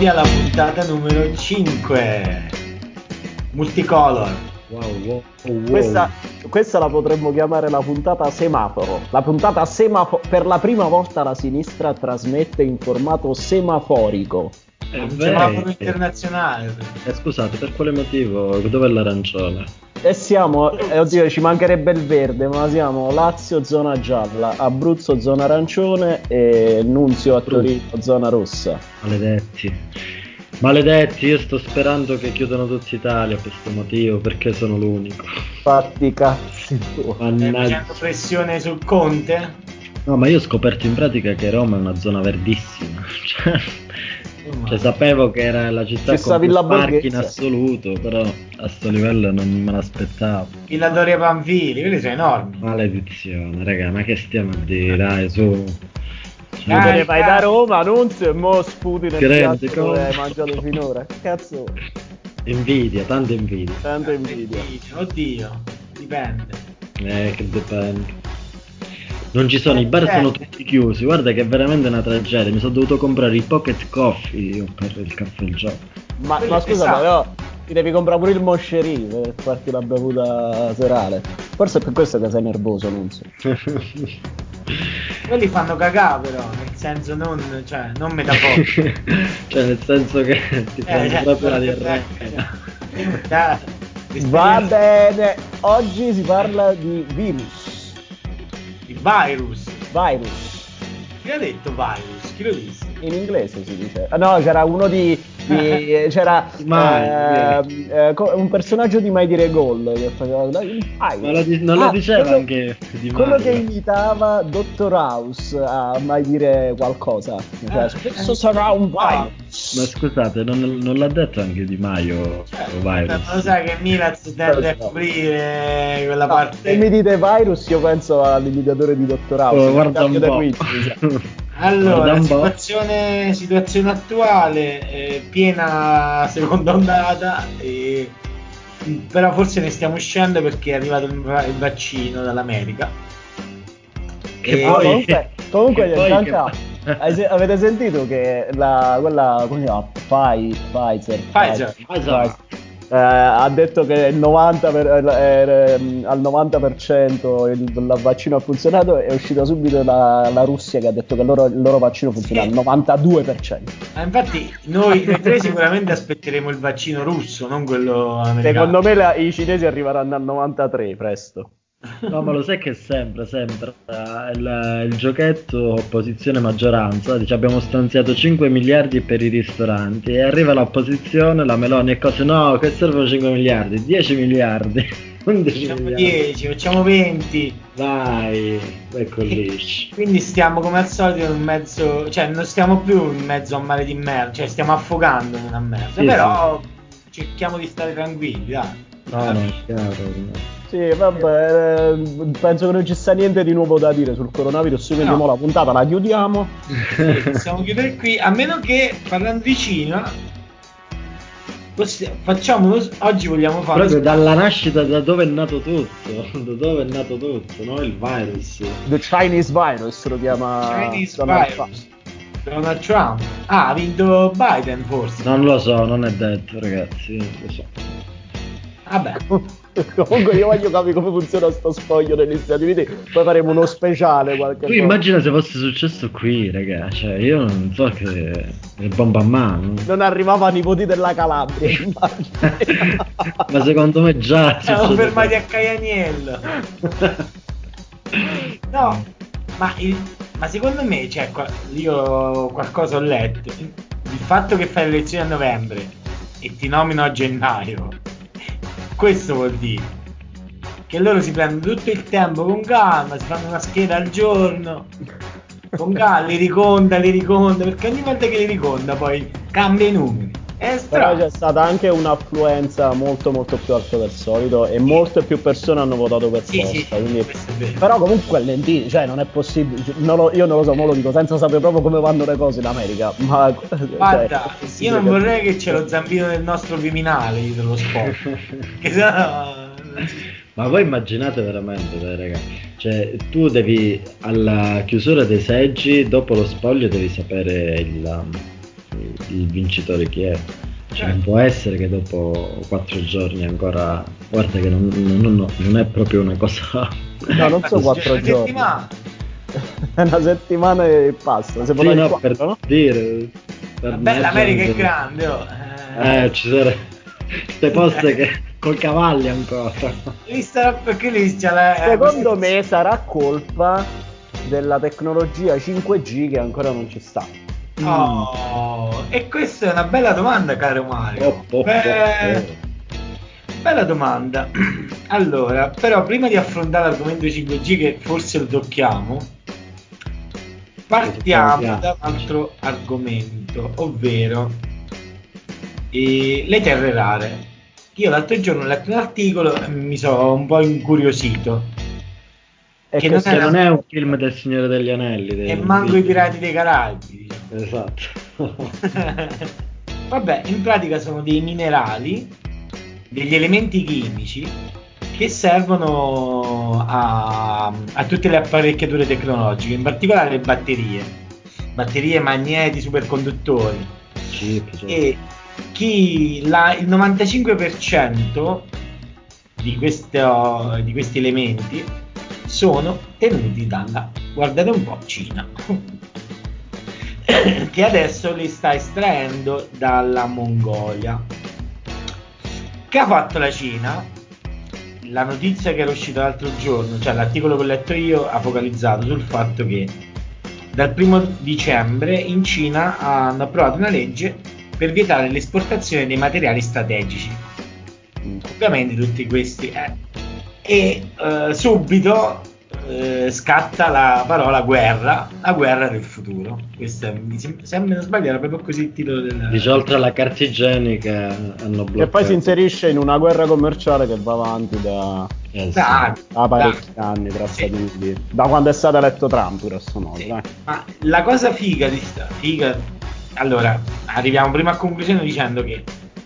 alla puntata numero 5, Multicolor. Wow. Questa la potremmo chiamare la puntata semaforo. La puntata semaforo. Per la prima volta la sinistra trasmette in formato semaforico. È un semaforo internazionale. Scusate, per quale motivo? Dov'è l'arancione? E siamo, oddio, ci mancherebbe il verde, ma siamo Lazio zona gialla, Abruzzo zona arancione e Nunzio a Torino zona rossa. Maledetti, io sto sperando che chiudano tutta Italia per questo motivo, perché sono l'unico. Fatti cazzi tu. Stai facendo pressione sul Conte? No, ma io ho scoperto in pratica che Roma è una zona verdissima. Cioè sapevo che era la città con più parchi in assoluto, però a sto livello non me l'aspettavo. Villa Doria Pamphili, quelli sono enormi. Maledizione, raga, ma che stiamo a dire? Dai, su. Te ne vai da Roma, Nunzio, e mo sputi nel piatto dove hai mangiato finora. Cazzo. Invidia, tanta invidia. Tanta invidia. Oddio, dipende. Che dipende. Non ci sono, i bar sono tutti chiusi, guarda che è veramente una tragedia. Mi sono dovuto comprare i pocket coffee io per il caffè al giorno. Ma scusa, però ti devi comprare pure il moscerì per farti la bevuta serale. Forse è per questo che sei nervoso, Nunzio. Quelli fanno cagare però, nel senso non metaforico. Cioè nel senso che ti fanno proprio la diarrea. Va bene, oggi si parla di virus. Di virus. Chi ha detto virus? Chi lo disse? In inglese si dice. No, c'era uno c'era un personaggio di Mai Dire Gol che faceva il virus. Non lo diceva anche di quello che imitava Dottor House a mai dire qualcosa. Cioè, spesso sarà un virus. Ma scusate, non l'ha detto anche Di Maio virus? Ma lo sai che Milaz tende a coprire quella parte. Se mi dite virus io penso all'imitatore di Dottor House. Guarda un po'. Allora, situazione attuale, piena seconda ondata, però forse ne stiamo uscendo perché è arrivato il vaccino dall'America. Comunque avete sentito che quella come si chiama? Pfizer ha detto che al 90% il vaccino ha funzionato. È uscita subito la Russia che ha detto che il loro vaccino funziona al 92%. Infatti noi tre sicuramente aspetteremo il vaccino russo, non quello americano. Secondo me i cinesi arriveranno al 93 presto. No, ma lo sai che sempre il giochetto opposizione maggioranza, dice abbiamo stanziato 5 miliardi per i ristoranti e arriva l'opposizione, la Meloni e cose, no, che servono 5 miliardi, 10 miliardi, 11 facciamo miliardi. 10, facciamo 20. Vai, ecco lì. Quindi stiamo come al solito in mezzo, cioè non stiamo più in mezzo a un mare di merda, cioè stiamo affogando in una merda, però cerchiamo di stare tranquilli, dai. No, è chiaro. Sì, vabbè, penso che non ci sia niente di nuovo da dire sul coronavirus, quindi la puntata la chiudiamo. Possiamo chiudere qui, a meno che, parlando di Cina, oggi vogliamo fare... Proprio dalla nascita, da dove è nato tutto, no? Il virus. The Chinese virus lo chiama Donald Trump. Ha vinto Biden forse. Non lo so, non è detto, ragazzi, non lo so. Vabbè. Comunque io voglio capire come funziona sto spoglio negli Stati Uniti, poi faremo uno speciale qualche volta. Tu immagina se fosse successo qui, raga, cioè io non so che è bomba a mano. Non arrivava a nipoti della Calabria, ma secondo me già siamo fermati a Caianiello. No, ma secondo me, cioè, io qualcosa ho letto, il fatto che fai le elezioni a novembre e ti nomino a gennaio, questo vuol dire che loro si prendono tutto il tempo con calma, si fanno una scheda al giorno con calma, li riconta, perché ogni volta che li riconta poi cambia i numeri. Però c'è stata anche un'affluenza molto molto più alta del solito e molte più persone hanno votato per posta, quindi... però comunque lentino, cioè non è possibile, io non lo so, non lo dico senza sapere proprio come vanno le cose in America, ma guarda, io non vorrei che c'è lo zampino del nostro Viminale dello sport che ma voi immaginate veramente, ragazzi, cioè tu devi alla chiusura dei seggi, dopo lo spoglio devi sapere il vincitore chi è. Cioè, non può essere che dopo 4 giorni ancora, guarda che non è proprio una cosa. No, non so 4 giorni. È una settimana e passa. Se sì, no, per no? Dire. Vabbè, l'America è grande, oh. Ci sono queste poste che col cavalli ancora. Secondo me sarà colpa della tecnologia 5G che ancora non ci sta. Oh, e questa è una bella domanda, caro Mario. Bella domanda. Allora, però prima di affrontare l'argomento 5G, che forse lo tocchiamo, partiamo da un altro argomento, ovvero le terre rare. Io l'altro giorno ho letto un articolo e mi sono un po' incuriosito. Che non è un film del Signore degli Anelli. E manco i Pirati dei Caraibi. Esatto. Vabbè, in pratica sono dei minerali, degli elementi chimici che servono a tutte le apparecchiature tecnologiche, in particolare le batterie, magneti, superconduttori. E il 95% di questi elementi sono tenuti dalla, guardate un po', Cina, che adesso li sta estraendo dalla Mongolia. Che ha fatto la Cina? La notizia che era uscita l'altro giorno, cioè l'articolo che ho letto io, ha focalizzato sul fatto che dal 1° dicembre in Cina hanno approvato una legge per vietare l'esportazione dei materiali strategici. Ovviamente tutti questi subito scatta la parola guerra, la guerra del futuro. Questo se non sbaglio era proprio così il titolo del... Dice, oltre alla carta igienica hanno bloccato. E poi si inserisce in una guerra commerciale che va avanti da parecchi anni tra Stati Uniti, da quando è stato eletto Trump, grosso modo. Sì. Ma la cosa figa allora arriviamo prima a conclusione dicendo che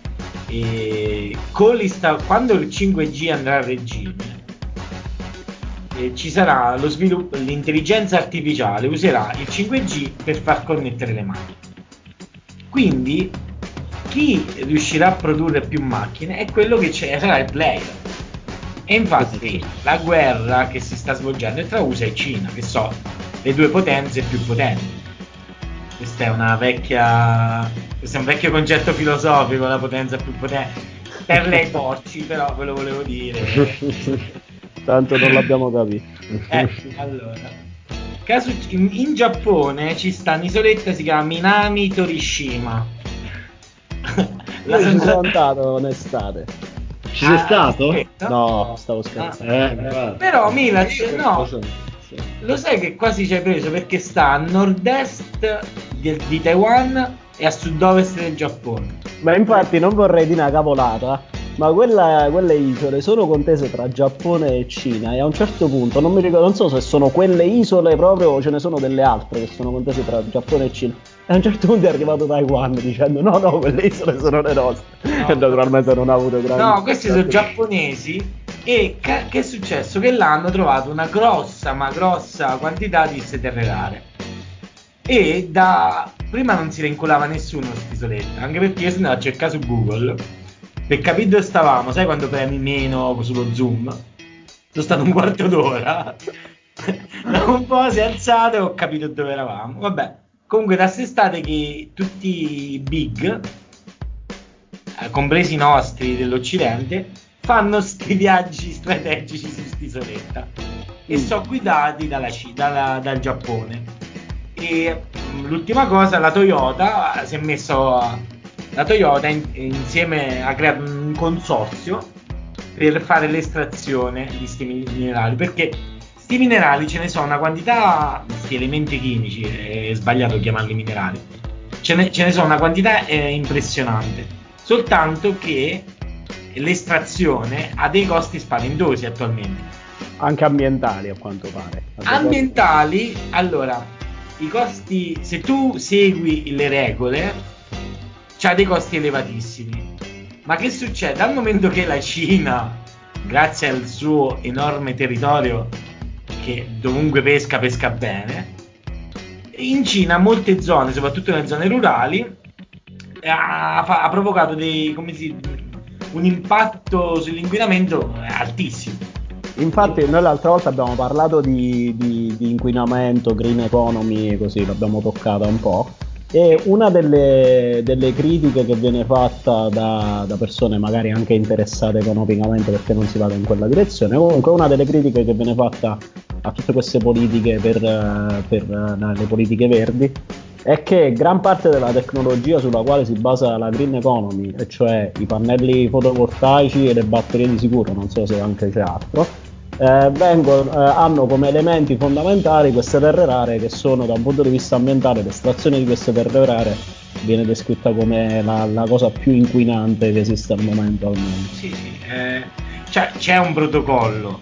quando il 5G andrà a regime, ci sarà lo sviluppo, l'intelligenza artificiale userà il 5G per far connettere le macchine. Quindi chi riuscirà a produrre più macchine è quello che sarà il player. E infatti la guerra che si sta svolgendo è tra USA e Cina, che sono le due potenze più potenti. Questo è un vecchio concetto filosofico, la potenza più potente. Per lei porci, però ve lo volevo dire. Tanto non l'abbiamo capito. Allora, in Giappone ci sta un'isoletta, si chiama Minami Torishima. Ci sono andato in estate. Ci sei stato? No, stavo scherzando. Però Mila, no. Lo sai che quasi ci hai preso, perché sta a nord-est di Taiwan e a sud-ovest del Giappone. Ma infatti non vorrei dire una cavolata, ma quelle isole sono contese tra Giappone e Cina, e a un certo punto non mi ricordo, non so se sono quelle isole proprio o ce ne sono delle altre che sono contese tra Giappone e Cina, e a un certo punto è arrivato Taiwan dicendo no, quelle isole sono le nostre, e naturalmente non ha avuto grandi... No, questi sono giapponesi. E che è successo? Che là hanno trovato una grossa quantità di queste terre rare, e prima non si rincolava nessuno a quest'isoletta, anche perché io sono andato a cercare su Google per capire dove stavamo. Sai quando premi meno sullo zoom? Sono stato un quarto d'ora da un po' si è alzato e ho capito dove eravamo. Vabbè, comunque da quest'estate che tutti i big, compresi i nostri dell'Occidente, fanno sti viaggi strategici su quest'isoletta e sono guidati dal Giappone. E l'ultima cosa, la Toyota insieme ha creato un consorzio per fare l'estrazione di questi minerali, perché questi minerali ce ne sono una quantità, questi elementi chimici, è sbagliato chiamarli minerali, ce ne sono una quantità impressionante, soltanto che l'estrazione ha dei costi spaventosi attualmente, anche ambientali a quanto pare. Ambientali, allora i costi, se tu segui le regole, c'ha dei costi elevatissimi. Ma che succede? Dal momento che la Cina, grazie al suo enorme territorio, che dovunque pesca bene, in Cina molte zone, soprattutto nelle zone rurali, ha provocato un impatto sull'inquinamento altissimo. Infatti noi l'altra volta abbiamo parlato di inquinamento, green economy, così l'abbiamo toccata un po'. E una delle critiche che viene fatta da persone magari anche interessate economicamente, perché non si vada in quella direzione, comunque una delle critiche che viene fatta a tutte queste politiche per le politiche verdi è che gran parte della tecnologia sulla quale si basa la green economy, e cioè i pannelli fotovoltaici e le batterie di sicuro, non so se anche c'è altro, hanno come elementi fondamentali queste terre rare, che sono, da un punto di vista ambientale, l'estrazione di queste terre rare viene descritta come la cosa più inquinante che esiste al momento al mondo. Sì, cioè, c'è un protocollo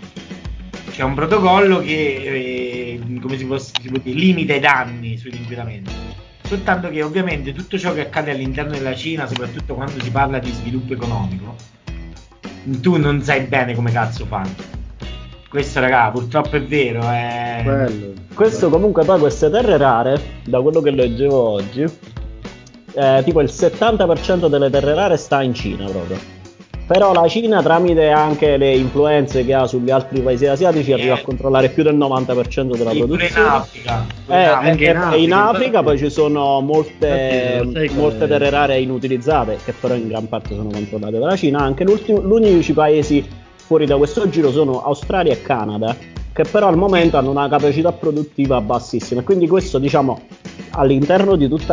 che come si può dire, limita i danni sull'inquinamento, soltanto che ovviamente tutto ciò che accade all'interno della Cina, soprattutto quando si parla di sviluppo economico, tu non sai bene come cazzo fanno. Questo, raga, purtroppo è vero. Questo comunque, poi queste terre rare, da quello che leggevo oggi, tipo il 70% delle terre rare sta in Cina proprio. Però la Cina, tramite anche le influenze che ha sugli altri paesi asiatici, arriva a controllare più del 90% della produzione. Pure in Africa. In Africa poi ci sono molte terre rare inutilizzate, che però in gran parte sono controllate dalla Cina. Anche gli unici paesi fuori da questo giro sono Australia e Canada, che però al momento hanno una capacità produttiva bassissima, e quindi questo, diciamo, all'interno di tutta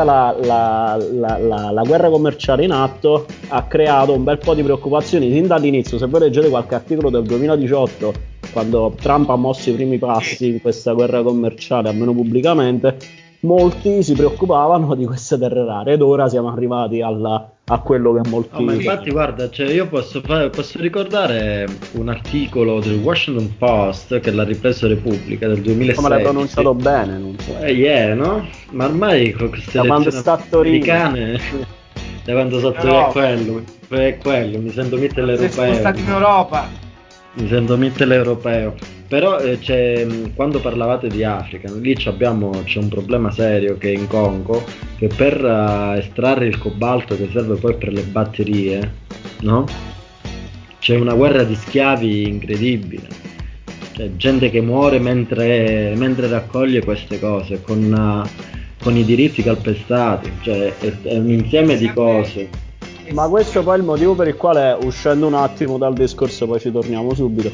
la guerra commerciale in atto ha creato un bel po' di preoccupazioni sin dall'inizio. Se voi leggete qualche articolo del 2018, quando Trump ha mosso i primi passi in questa guerra commerciale, almeno pubblicamente, molti si preoccupavano di queste terre rare, ed ora siamo arrivati a quello che molti... ma infatti guarda, cioè io posso ricordare un articolo del Washington Post che l'ha ripreso Repubblica del 2016. Come l'hai pronunciato bene, non so. No? Ma ormai con queste elezioni americane, da quando sotto è quello, mi sento mitteleuropeo. Sei spostato in Europa. Mi sento mitteleuropeo. Però quando parlavate di Africa, lì c'è un problema serio, che è in Congo, che per estrarre il cobalto che serve poi per le batterie, no? C'è una guerra di schiavi incredibile. Cioè, gente che muore mentre raccoglie queste cose, con i diritti calpestati. Cioè, è un insieme di cose. Ma questo poi è il motivo per il quale, uscendo un attimo dal discorso, poi ci torniamo subito,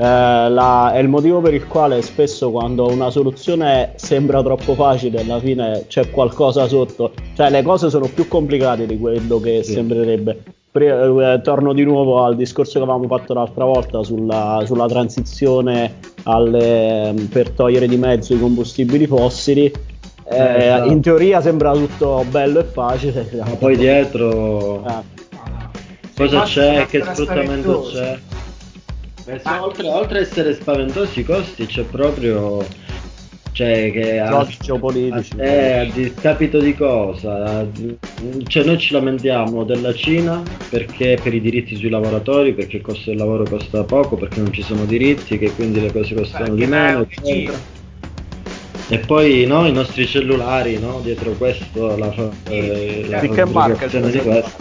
è il motivo per il quale spesso, quando una soluzione sembra troppo facile, alla fine c'è qualcosa sotto, cioè le cose sono più complicate di quello che sembrerebbe. Torno di nuovo al discorso che avevamo fatto l'altra volta sulla transizione per togliere di mezzo i combustibili fossili. Esatto. In teoria sembra tutto bello e facile, ma poi dietro cosa c'è, che sfruttamento c'è? Oltre a essere spaventosi i costi, c'è proprio, cioè, che geopolitici, a discapito di cosa? Cioè, noi ci lamentiamo della Cina perché per i diritti sui lavoratori, perché il costo del lavoro costa poco, perché non ci sono diritti, che quindi le cose costano di meno, eccetera. E poi i nostri cellulari, no? Dietro questo la fabbricazione di questo.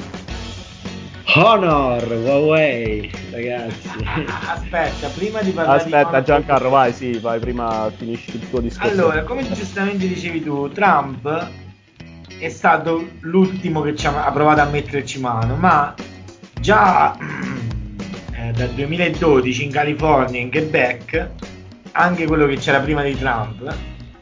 Honor, Huawei, ragazzi. Aspetta, prima di parlare di Giancarlo, vai, prima finisci il tuo discorso. Allora, come giustamente dicevi tu, Trump è stato l'ultimo che ha provato a metterci mano, ma già dal 2012 in California, in Quebec, anche quello che c'era prima di Trump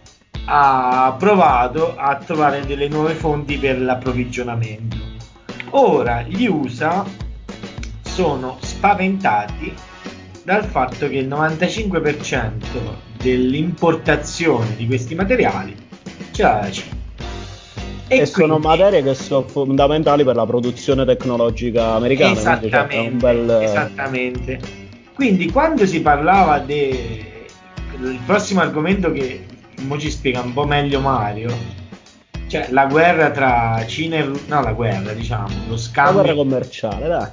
ha provato a trovare delle nuove fonti per l'approvvigionamento. Ora gli USA sono spaventati dal fatto che il 95% dell'importazione di questi materiali ce l'ha la Cina. E quindi, sono materie che sono fondamentali per la produzione tecnologica americana. Esattamente. Quindi quando si parlava del prossimo argomento, che mo ci spiega un po' meglio Mario, cioè la guerra tra Cina e Russia, no, la guerra, diciamo, lo scambio. La guerra commerciale, dai.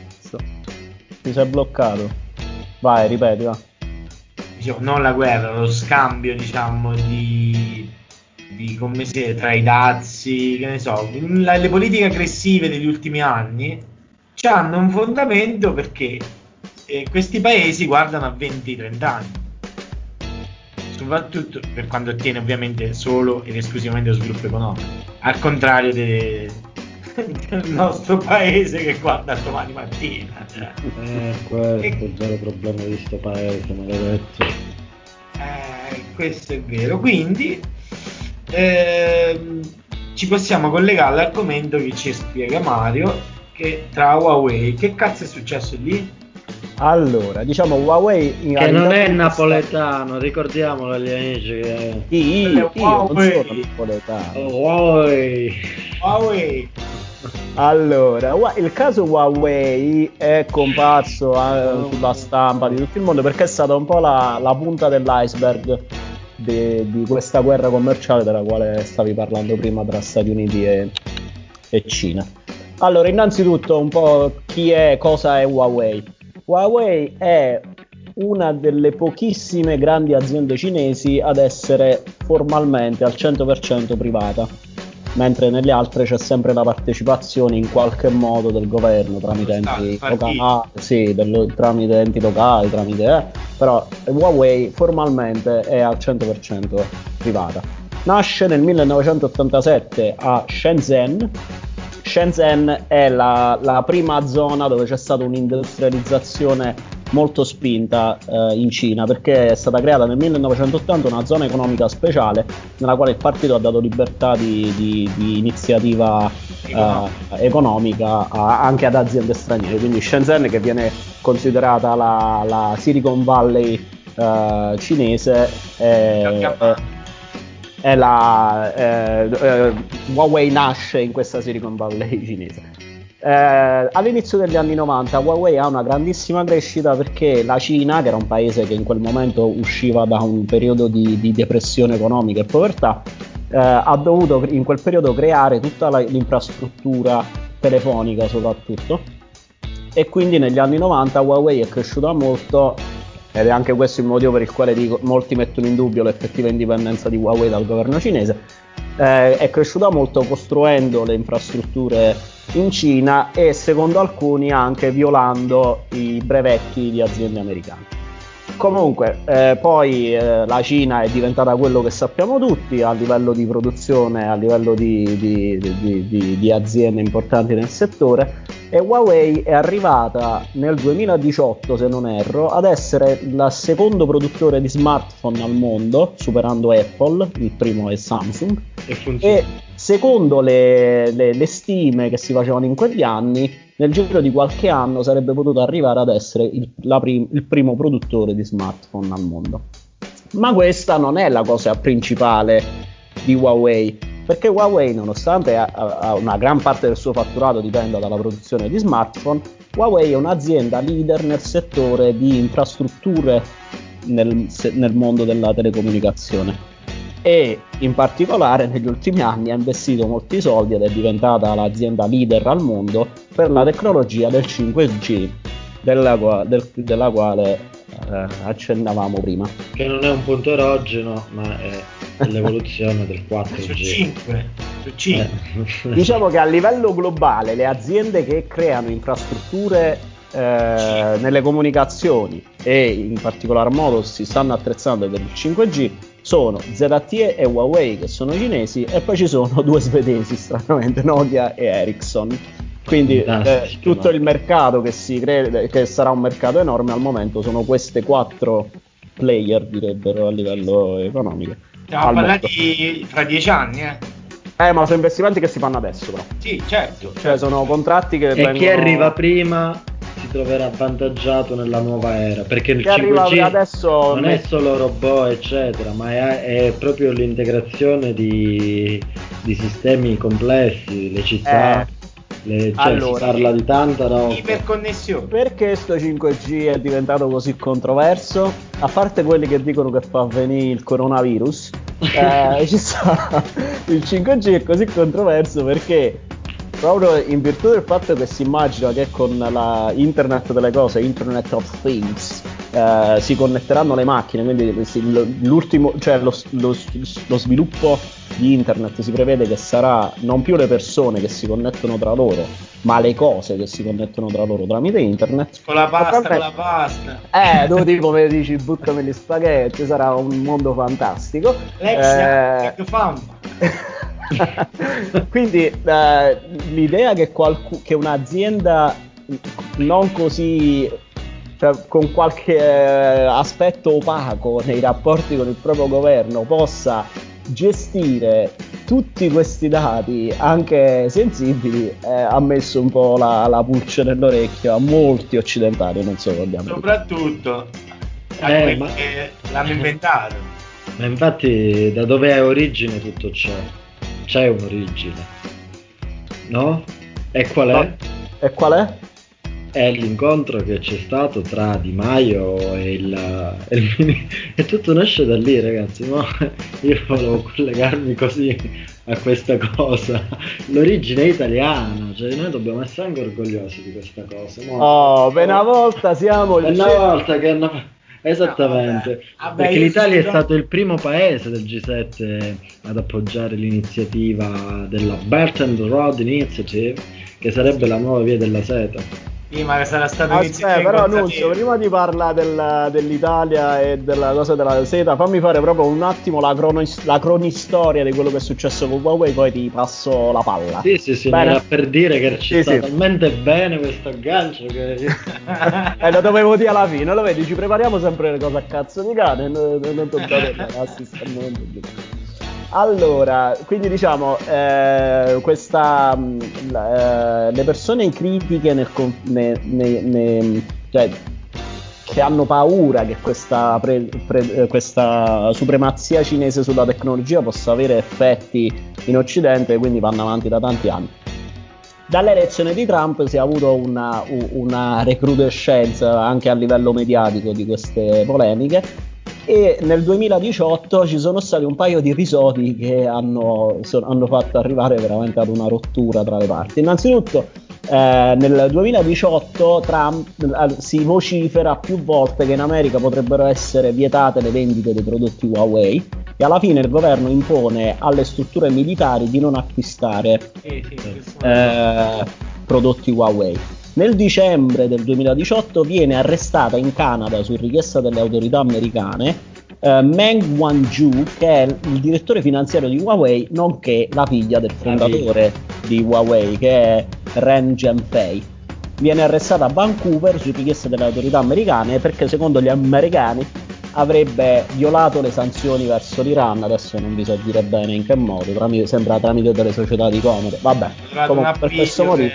Ti sei bloccato. Vai, ripeti, va. Diciamo, non la guerra, lo scambio, diciamo, di di come se tra i dazi, che ne so, le politiche aggressive degli ultimi anni hanno un fondamento perché questi paesi guardano a 20-30 anni, soprattutto per quanto attiene ovviamente solo ed esclusivamente allo sviluppo economico, al contrario del nostro paese che guarda a domani mattina. Questo è il vero problema di sto paese, maledetto. Questo è vero, quindi ci possiamo collegare all'argomento che ci spiega Mario, che tra Huawei, che cazzo è successo lì? Allora, diciamo Huawei che non è napoletano, ricordiamolo agli amici che io non sono napoletano. Huawei. Allora, il caso Huawei è comparso sulla stampa di tutto il mondo perché è stata un po' la punta dell'iceberg di questa guerra commerciale della quale stavi parlando prima tra Stati Uniti e Cina. Allora, innanzitutto un po' cosa è Huawei. Huawei è una delle pochissime grandi aziende cinesi ad essere formalmente al 100% privata, mentre nelle altre c'è sempre la partecipazione in qualche modo del governo tramite enti locali, però Huawei formalmente è al 100% privata. Nasce nel 1987 a Shenzhen. Shenzhen è la prima zona dove c'è stata un'industrializzazione molto spinta in Cina, perché è stata creata nel 1980 una zona economica speciale nella quale il partito ha dato libertà di iniziativa economica anche ad aziende straniere, quindi Shenzhen, che viene considerata la Silicon Valley cinese, Huawei nasce in questa Silicon Valley cinese. All'inizio degli anni 90 Huawei ha una grandissima crescita perché la Cina, che era un paese che in quel momento usciva da un periodo di depressione economica e povertà, ha dovuto in quel periodo creare tutta l'infrastruttura telefonica soprattutto, e quindi negli anni 90 Huawei è cresciuta molto, ed è anche questo il motivo per il quale molti mettono in dubbio l'effettiva indipendenza di Huawei dal governo cinese. È cresciuta molto costruendo le infrastrutture in Cina e secondo alcuni anche violando i brevetti di aziende americane. Comunque poi la Cina è diventata quello che sappiamo tutti a livello di produzione, a livello di aziende importanti nel settore, e Huawei è arrivata nel 2018, se non erro, ad essere il secondo produttore di smartphone al mondo, superando Apple, il primo è Samsung, e secondo le stime che si facevano in quegli anni, nel giro di qualche anno sarebbe potuto arrivare ad essere il primo produttore di smartphone al mondo. Ma questa non è la cosa principale di Huawei, perché Huawei, nonostante una gran parte del suo fatturato dipenda dalla produzione di smartphone, Huawei è un'azienda leader nel settore di infrastrutture nel mondo della telecomunicazione, e in particolare negli ultimi anni ha investito molti soldi ed è diventata l'azienda leader al mondo per la tecnologia del 5G, della quale accennavamo prima. Che non è un punto erogeno, ma è l'evoluzione del 4G. Su 5. Diciamo che a livello globale le aziende che creano infrastrutture nelle comunicazioni e in particolar modo si stanno attrezzando per il 5G sono ZTE e Huawei, che sono cinesi, e poi ci sono due svedesi, stranamente, Nokia e Ericsson. Quindi tutto il mercato che si crede che sarà un mercato enorme al momento sono queste 4 player, direbbero, a livello economico. Stiamo parlando fra 10 anni, ma sono investimenti che si fanno adesso, però. Sì, certo. Cioè sono contratti che vengono... chi arriva prima si troverà avvantaggiato nella nuova era, perché il 5G adesso non è solo robot eccetera, ma è proprio l'integrazione di sistemi complessi, le città, allora, si parla di tanta roba. Iperconnessione. Perché sto 5G è diventato così controverso? A parte quelli che dicono che fa venire il coronavirus, ci sta, il 5G è così controverso perché proprio in virtù del fatto che si immagina che con la Internet delle cose, Internet of Things, si connetteranno le macchine, quindi l'ultimo, cioè lo sviluppo di internet si prevede che sarà non più le persone che si connettono tra loro, ma le cose che si connettono tra loro tramite internet. Con la pasta. Tu tipo mi dici buttami gli spaghetti, sarà un mondo fantastico. Quindi l'idea che un'azienda non così, cioè, con qualche aspetto opaco nei rapporti con il proprio governo possa gestire tutti questi dati anche sensibili, ha messo un po' la pulce nell'orecchio a molti occidentali, non so, soprattutto a quelli che l'hanno inventato. Ma infatti da dove è origine tutto ciò? C'è un'origine, no? E qual è? E qual è? È l'incontro che c'è stato tra Di Maio e e tutto nasce da lì, ragazzi. No? Io volevo collegarmi così a questa cosa. L'origine è italiana, cioè noi dobbiamo essere anche orgogliosi di questa cosa. No? Per una volta siamo che hanno... Esattamente, perché l'Italia è stato il primo paese del G7 ad appoggiare l'iniziativa della Belt and Road Initiative, che sarebbe la nuova via della seta. Sì, ma sarà stato però Nunzio, prima di parlare dell'Italia e della cosa della seta, fammi fare proprio un attimo la cronistoria di quello che è successo con Huawei, poi ti passo la palla. Sì, era per dire che ci sta talmente bene questo aggancio che... lo dovevo dire alla fine, lo vedi, ci prepariamo sempre le cose a cazzo di cane, non Allora, quindi diciamo, le persone critiche cioè, che hanno paura che questa supremazia cinese sulla tecnologia possa avere effetti in Occidente, quindi vanno avanti da tanti anni. Dall'elezione di Trump si è avuto una recrudescenza anche a livello mediatico di queste polemiche, e nel 2018 ci sono stati un paio di episodi che hanno fatto arrivare veramente ad una rottura tra le parti. Innanzitutto nel 2018 Trump si vocifera più volte che in America potrebbero essere vietate le vendite dei prodotti Huawei, e alla fine il governo impone alle strutture militari di non acquistare prodotti Huawei. Nel dicembre del 2018 viene arrestata in Canada su richiesta delle autorità americane Meng Wanzhou, che è il direttore finanziario di Huawei, nonché la figlia del fondatore di Huawei, che è Ren Zhengfei. Viene arrestata a Vancouver su richiesta delle autorità americane perché secondo gli americani avrebbe violato le sanzioni verso l'Iran. Adesso non vi so dire bene in che modo, sembra tramite delle società di comode. Vabbè, comunque per questo motivo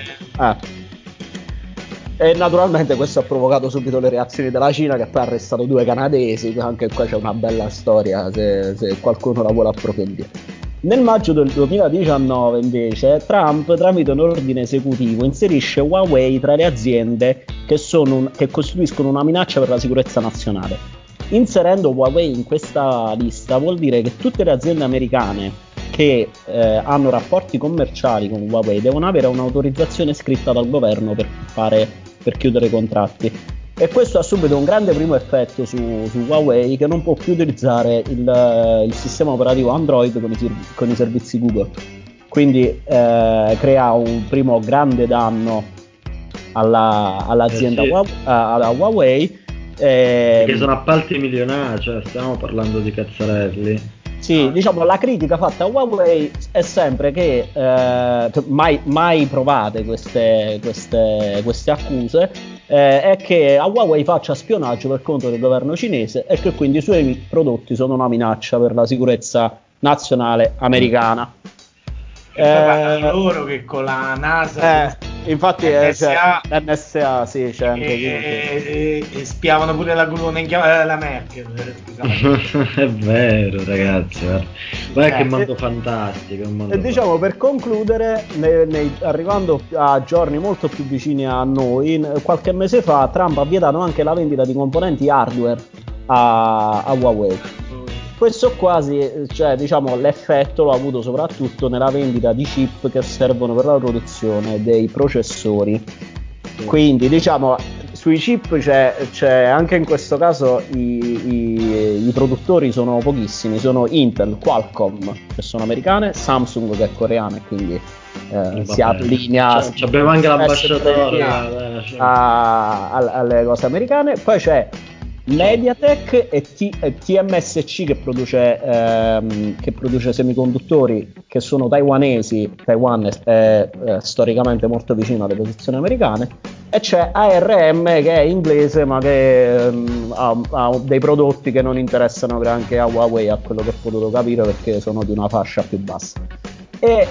e naturalmente questo ha provocato subito le reazioni della Cina, che poi ha arrestato 2 canadesi. Anche qua c'è una bella storia se qualcuno la vuole approfondire. Nel maggio del 2019 invece Trump, tramite un ordine esecutivo, inserisce Huawei tra le aziende che costituiscono una minaccia per la sicurezza nazionale. Inserendo Huawei in questa lista vuol dire che tutte le aziende americane che hanno rapporti commerciali con Huawei devono avere un'autorizzazione scritta dal governo per chiudere i contratti, e questo ha subito un grande primo effetto su Huawei, che non può più utilizzare il sistema operativo Android con i servizi Google. Quindi crea un primo grande danno all'azienda alla Huawei, che sono appalti milionari, cioè stiamo parlando di cazzarelli. Sì, diciamo la critica fatta a Huawei è sempre che mai provate queste accuse, è che a Huawei faccia spionaggio per conto del governo cinese e che quindi i suoi prodotti sono una minaccia per la sicurezza nazionale americana. Parlano loro che con la NASA infatti l'NSA sì, c'è anche e spiavano pure la colonna la Merkel, è vero, ragazzi, guarda che mondo fantastico, e diciamo, per concludere, arrivando a giorni molto più vicini a noi, qualche mese fa Trump ha vietato anche la vendita di componenti hardware a Huawei. Questo quasi, cioè diciamo, l'effetto l'ha avuto soprattutto nella vendita di chip che servono per la produzione dei processori. Quindi diciamo sui chip c'è anche in questo caso i produttori sono pochissimi, sono Intel, Qualcomm, che sono americane, Samsung che è coreana e quindi si allinea. Abbiamo anche l'ambasciatore alle cose americane. Poi c'è Mediatek e TMSC che produce semiconduttori che sono taiwanesi. Taiwan è storicamente molto vicino alle posizioni americane. E c'è ARM che è inglese ma che ha dei prodotti che non interessano granché a Huawei, a quello che ho potuto capire, perché sono di una fascia più bassa. E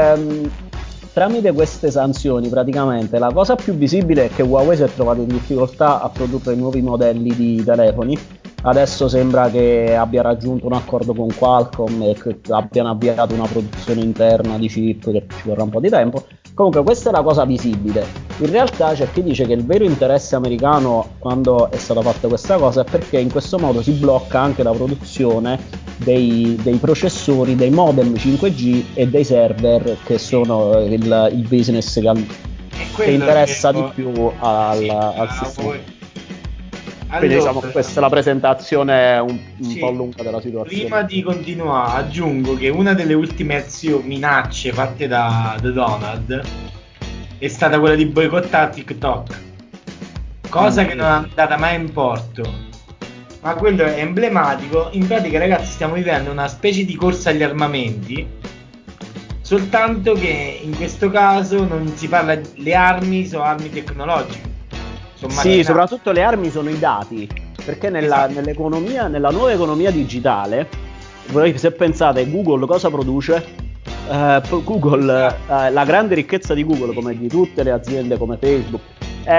tramite queste sanzioni praticamente la cosa più visibile è che Huawei si è trovato in difficoltà a produrre nuovi modelli di telefoni. Adesso sembra che abbia raggiunto un accordo con Qualcomm e che abbiano avviato una produzione interna di chip che ci vorrà un po' di tempo. Comunque questa è la cosa visibile. In realtà c'è chi dice che il vero interesse americano quando è stata fatta questa cosa è perché in questo modo si blocca anche la produzione dei processori, dei modem 5G e dei server, che sono il business che interessa di più al sistema. Quindi diciamo questa è la presentazione un po' lunga della situazione. Prima di continuare aggiungo che una delle ultime minacce fatte da Donald è stata quella di boicottare TikTok, cosa che non è andata mai in porto, ma quello è emblematico. In pratica, ragazzi, stiamo vivendo una specie di corsa agli armamenti, soltanto che in questo caso non si parla, le armi sono armi tecnologiche. Sì, soprattutto le armi sono i dati, perché nell'economia, nella nuova economia digitale, voi se pensate Google cosa produce? Google, la grande ricchezza di Google, come di tutte le aziende come Facebook, è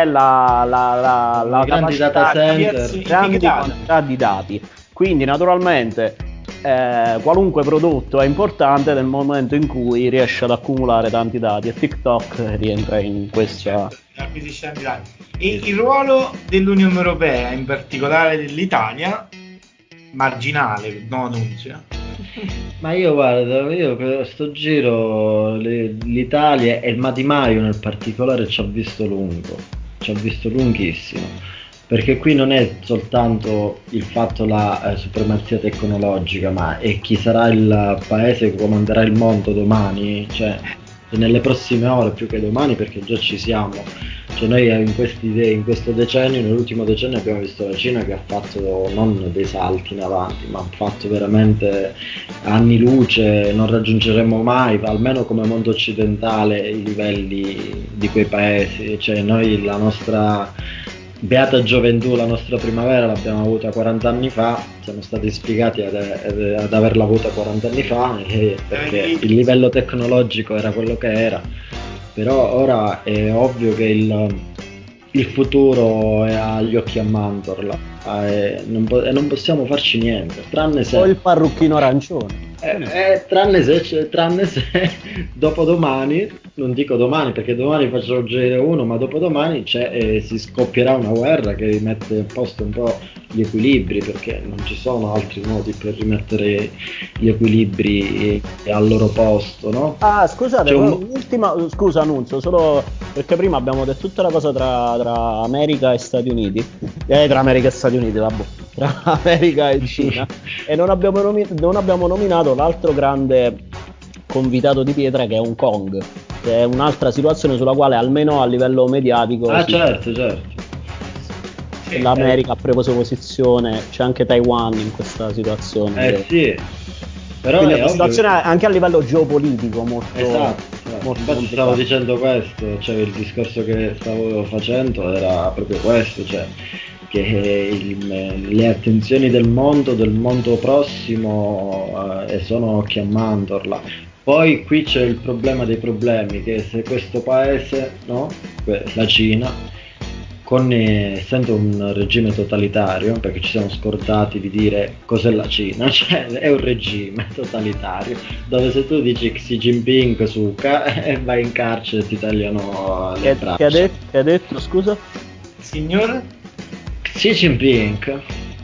la grandi data center, grandi quantità di dati. Quindi naturalmente qualunque prodotto è importante nel momento in cui riesce ad accumulare tanti dati, e TikTok rientra in questa acquisizione di dati. E il ruolo dell'Unione Europea, in particolare dell'Italia, marginale, no Nunzio? Ma io guarda, io per sto giro l'Italia e il Di Maio nel particolare ci ho visto lunghissimo, perché qui non è soltanto il fatto la supremazia tecnologica, ma è chi sarà il paese che comanderà il mondo domani, cioè nelle prossime ore più che domani, perché già ci siamo. Cioè noi in questo decennio, nell'ultimo decennio abbiamo visto la Cina che ha fatto non dei salti in avanti, ma ha fatto veramente anni luce. Non raggiungeremo mai, almeno come mondo occidentale, i livelli di quei paesi. Cioè noi la nostra beata gioventù, la nostra primavera l'abbiamo avuta 40 anni fa, siamo stati spiegati ad averla avuta 40 anni fa, perché il livello tecnologico era quello che era. Però ora è ovvio che il futuro è agli occhi a mandorla, e non possiamo farci niente, tranne se... O il parrucchino arancione. Tranne se dopodomani, non dico domani perché domani faccio uscire uno, ma dopodomani si scoppierà una guerra che rimette a posto un po' gli equilibri, perché non ci sono altri modi per rimettere gli equilibri al loro posto, no? Ah, scusate, un'ultima scusa Nunzio, solo perché prima abbiamo detto tutta la cosa tra America e Stati Uniti, tra America e Stati Uniti, tra America e Cina, e non abbiamo nominato l'altro grande convitato di pietra, che è Hong Kong, che è un'altra situazione sulla quale almeno a livello mediatico certo. l'America ha preso posizione, c'è anche Taiwan in questa situazione. Sì. Però quindi è una situazione anche a livello geopolitico molto... Esatto. Infatti stavo dicendo questo, cioè il discorso che stavo facendo era proprio questo, cioè che le attenzioni del mondo prossimo sono occhi a mandorla. Poi qui c'è il problema dei problemi, che se questo paese, no? La Cina, essendo un regime totalitario, perché ci siamo scordati di dire cos'è la Cina, cioè è un regime totalitario, dove se tu dici Xi Jinping e vai in carcere e ti tagliano le braccia. Che ha detto, scusa? Signor? Xi Jinping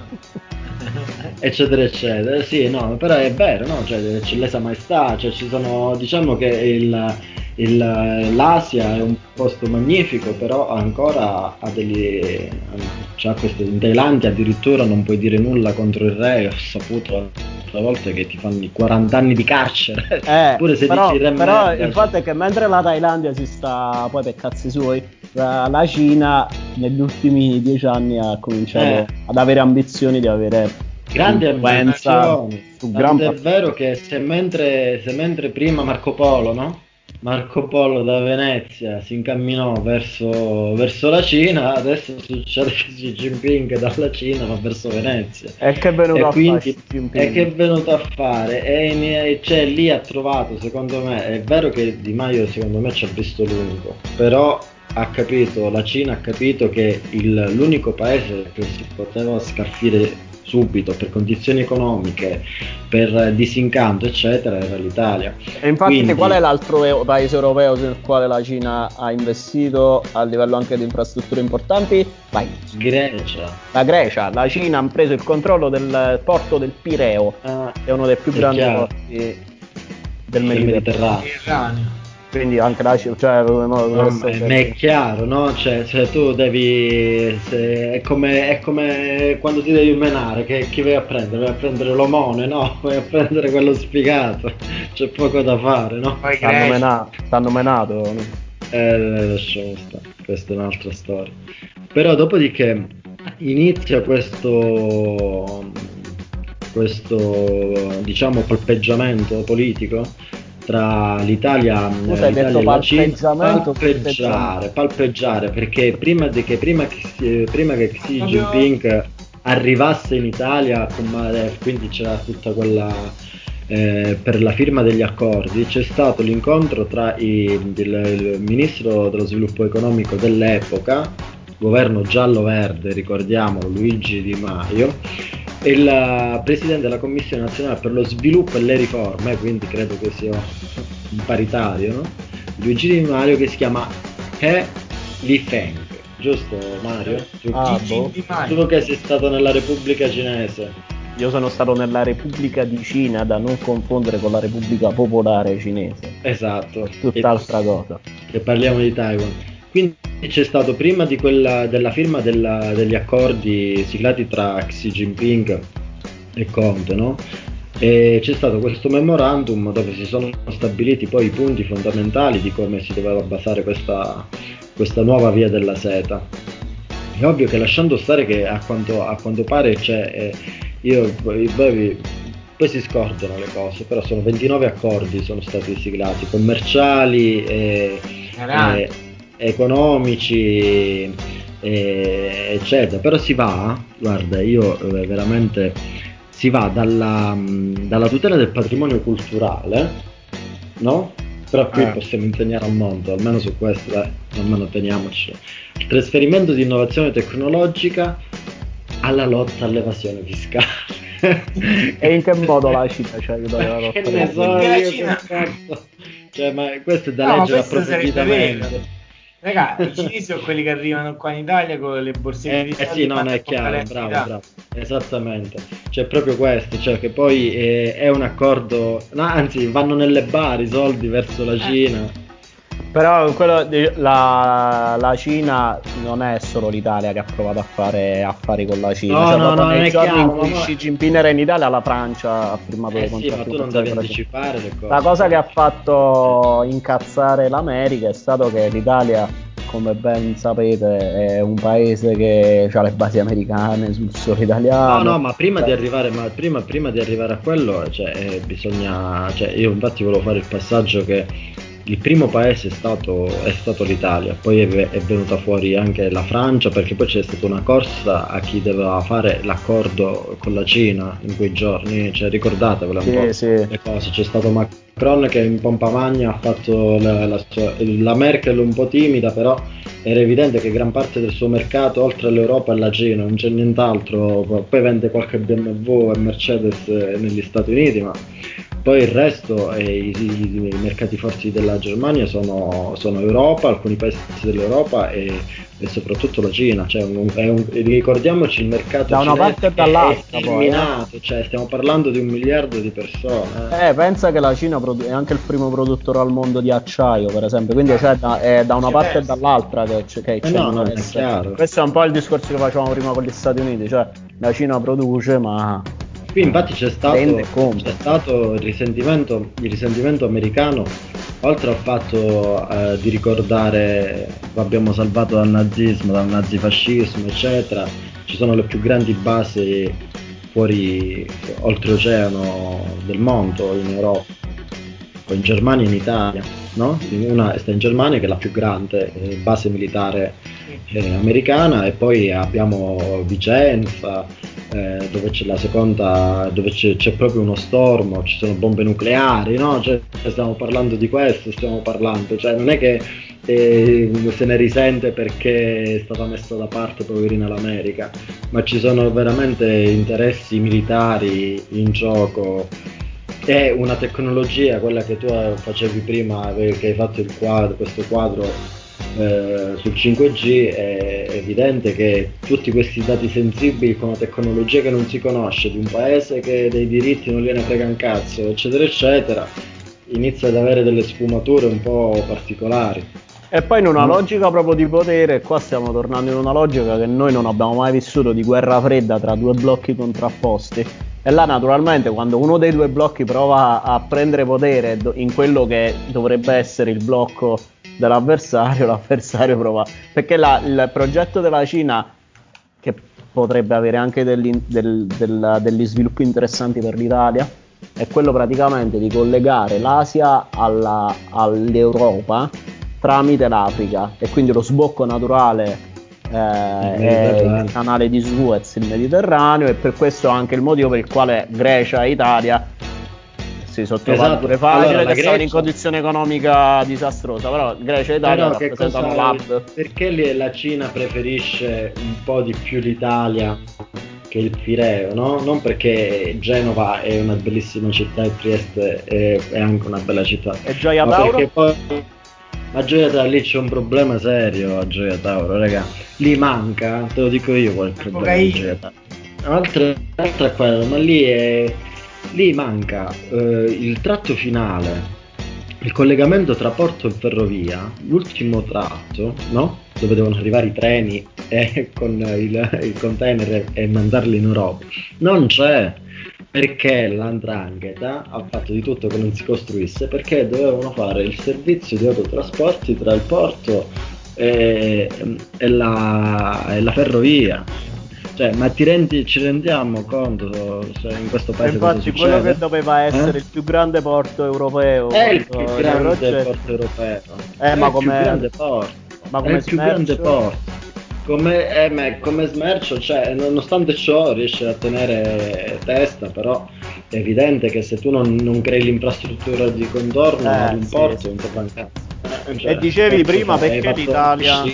eccetera eccetera, sì, no, però è vero, no? Cioè c'è lesa maestà, cioè ci sono, diciamo che L'Asia è un posto magnifico, però ancora c'ha in Thailandia addirittura non puoi dire nulla contro il re. Ho saputo altre volte che ti fanno i 40 anni di carcere. Pure se però, dici re però merda, il fatto è che mentre la Thailandia si sta poi per cazzi suoi, la Cina negli ultimi 10 anni ha cominciato ad avere ambizioni di avere grande influenza su gran parte. È vero che se mentre prima Marco Polo, no? Marco Polo da Venezia si incamminò verso la Cina, adesso succede che Xi Jinping dalla Cina va verso Venezia. E che è venuto a fare Xi Jinping? E che è venuto a fare? Cioè, lì ha trovato, secondo me, è vero che Di Maio secondo me ci ha visto lungo, però la Cina ha capito che l'unico paese che si poteva scalfire subito per condizioni economiche, per disincanto eccetera, era l'Italia. E infatti quindi, qual è l'altro paese europeo sul quale la Cina ha investito a livello anche di infrastrutture importanti? Vai. Grecia. La Grecia. La Cina ha preso il controllo del porto del Pireo, che è uno dei più grandi porti del Mediterraneo. Quindi anche la Cina, è chiaro, no? Cioè tu devi, è come quando ti devi menare, che chi vai a prendere? Vai a prendere l'omone, no? Vai a prendere quello sfigato, c'è poco da fare, no? T'hanno menato. Lasciamo stare, questa è un'altra storia. Però dopodiché inizia questo diciamo palpeggiamento politico tra l'Italia e la Cina, palpeggiare, perché prima che Xi Jinping arrivasse in Italia con Malev, quindi c'era tutta quella per la firma degli accordi, c'è stato l'incontro tra il ministro dello sviluppo economico dell'epoca, governo giallo-verde, ricordiamolo, Luigi Di Maio, e il presidente della Commissione Nazionale per lo Sviluppo e le Riforme, quindi credo che sia un paritario, no? Luigi Di Maio, che si chiama He Lifeng, giusto Mario? Tu che sei stato nella Repubblica Cinese. Io sono stato nella Repubblica di Cina, da non confondere con la Repubblica Popolare Cinese. Esatto. Tutt'altra cosa. Che parliamo di Taiwan. Quindi c'è stato prima della firma degli accordi siglati tra Xi Jinping e Conte, no? E c'è stato questo memorandum dove si sono stabiliti poi i punti fondamentali di come si doveva basare questa nuova via della seta. È ovvio che, lasciando stare che a quanto pare c'è poi si scordano le cose, però sono 29 accordi sono stati siglati, commerciali economici eccetera, però si va, guarda, io veramente si va dalla tutela del patrimonio culturale, no? Però qui possiamo insegnare al mondo, almeno su questo almeno teniamoci, il trasferimento di innovazione tecnologica alla lotta all'evasione fiscale. E in che modo la Cina ci aiuta nella lotta all'evasione fiscale? Cioè, ma questo è da leggere approfonditamente. Raga, i cinesi sono quelli che arrivano qua in Italia con le borsette di soldi. Sì, non è chiaro, bravo, esattamente, c'è proprio questo, cioè che poi è un accordo, no, anzi vanno nelle bar i soldi verso la Cina. Però la Cina non è solo l'Italia che ha provato a fare affari con la Cina. No, nei giorni chiaro, in cui Xi Jinping era in Italia, la Francia ha firmato dei contratti. Sì, ma tu non devi anticipare le cose. La cosa che ha fatto incazzare l'America è stato che l'Italia, come ben sapete, è un paese che ha le basi americane sul suolo italiano. No, ma prima di arrivare a quello, bisogna, io infatti volevo fare il passaggio che il primo paese è stato l'Italia, poi è venuta fuori anche la Francia, perché poi c'è stata una corsa a chi doveva fare l'accordo con la Cina in quei giorni, cioè ricordatevela un po'. Le cose, c'è stato Macron che in pompa magna ha fatto la Merkel un po' timida, però era evidente che gran parte del suo mercato, oltre all'Europa e alla Cina, non c'è nient'altro, poi vende qualche BMW e Mercedes negli Stati Uniti, ma Poi il resto, i mercati forti della Germania sono Europa, alcuni paesi dell'Europa e soprattutto la Cina, cioè ricordiamoci il mercato da una parte e dall'altra, è terminato, cioè stiamo parlando di 1 miliardo di persone. Pensa che la Cina è anche il primo produttore al mondo di acciaio, per esempio, quindi è da una parte e dall'altra che c'è no, è chiaro. Questo è un po' il discorso che facevamo prima con gli Stati Uniti, cioè la Cina produce, ma qui infatti c'è stato il risentimento americano, oltre al fatto di ricordare abbiamo salvato dal nazismo, dal nazifascismo, eccetera. Ci sono le più grandi basi oltreoceano del mondo, in Europa, in Germania e in Italia, no? Una sta in Germania, che è la più grande base militare americana, e poi abbiamo Vicenza, dove c'è la seconda, dove c'è proprio uno stormo, ci sono bombe nucleari, no? Cioè, stiamo parlando di questo, cioè non è che se ne risente perché è stata messa da parte, poverina l'America, ma ci sono veramente interessi militari in gioco. È una tecnologia, quella che tu facevi prima, che hai fatto questo quadro sul 5G, è evidente che tutti questi dati sensibili con una tecnologia che non si conosce, di un paese che dei diritti non gliene frega un cazzo, eccetera eccetera, inizia ad avere delle sfumature un po' particolari. E poi in una logica proprio di potere, qua stiamo tornando in una logica che noi non abbiamo mai vissuto, di guerra fredda tra due blocchi contrapposti. E là naturalmente quando uno dei due blocchi prova a prendere potere in quello che dovrebbe essere il blocco dell'avversario, l'avversario prova. Perché il progetto della Cina, che potrebbe avere anche degli sviluppi interessanti per l'Italia, è quello praticamente di collegare l'Asia all'Europa tramite l'Africa, e quindi lo sbocco naturale è il canale di Suez, il Mediterraneo, e per questo anche il motivo per il quale Grecia e Italia si sono trovati pure facile, allora, che stavano in condizione economica disastrosa, però Grecia e Italia rappresentano l'hub. Perché la Cina preferisce un po' di più l'Italia che il Pireo, no? Non perché Genova è una bellissima città e Trieste è anche una bella città, e Gioia Tauro? Perché poi a Gioia Tauro lì c'è un problema serio, a Gioia Tauro, raga. Lì manca, te lo dico io qual è il problema di Gioia Tauro. Altra è quello, ma lì manca il tratto finale, il collegamento tra porto e ferrovia, l'ultimo tratto, no? Dove devono arrivare i treni con il container e mandarli in Europa. Non c'è, perché l''ndrangheta ha fatto di tutto che non si costruisse, perché dovevano fare il servizio di autotrasporti tra il porto e la ferrovia. Cioè, ma ci rendiamo conto in questo paese cosa succede? Infatti quello che doveva essere il più grande porto europeo è il più grande porto europeo, ma il più grande porto, è il più grande porto come smercio, cioè, nonostante ciò riesce a tenere testa, però è evidente che se tu non crei l'infrastruttura di contorno ad un porto è un po' mancato. E dicevi prima perché l'Italia...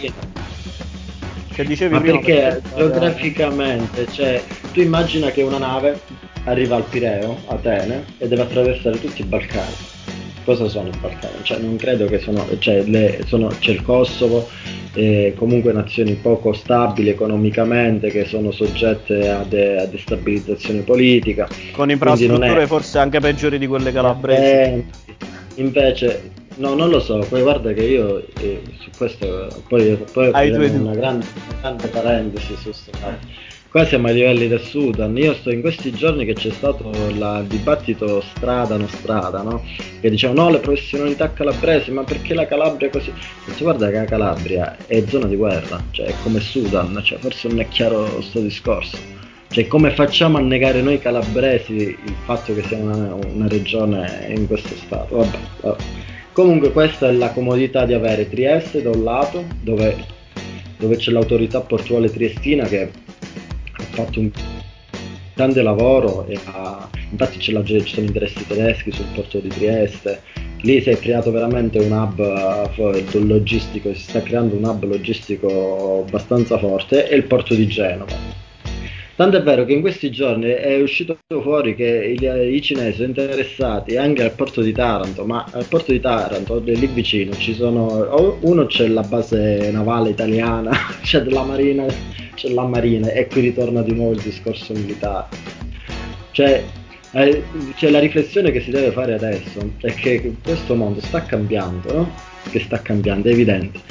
perché geograficamente, cioè, tu immagina che una nave arriva al Pireo, Atene, e deve attraversare tutti i Balcani. Cosa sono i Balcani? Cioè, non credo che c'è il Kosovo, comunque nazioni poco stabili economicamente, che sono soggette a destabilizzazione politica, con infrastrutture forse anche peggiori di quelle calabresi. Invece no, non lo so, poi guarda che io su questo poi faremo una grande parentesi su questo. Qua siamo ai livelli del Sudan. Io sto in questi giorni che c'è stato il dibattito strada, no? Che dicevano no, le professionalità calabresi, ma perché la Calabria è così? Se guarda che la Calabria è zona di guerra, cioè è come Sudan, cioè forse non è chiaro sto discorso. Cioè, come facciamo a negare noi calabresi il fatto che siamo una regione in questo stato? Vabbè. Comunque questa è la comodità di avere Trieste da un lato, dove c'è l'autorità portuale triestina che ha fatto un grande lavoro infatti ci sono interessi tedeschi sul porto di Trieste. Lì si è creato veramente un hub logistico, si sta creando un hub logistico abbastanza forte, e il porto di Genova. Tant'è vero che in questi giorni è uscito fuori che i cinesi sono interessati anche al porto di Taranto, ma al porto di Taranto, lì vicino, uno c'è la base navale italiana, c'è della Marina, c'è la Marina, e qui ritorna di nuovo il discorso militare. Cioè, c'è la riflessione che si deve fare adesso, è che questo mondo sta cambiando, no? Che sta cambiando, è evidente.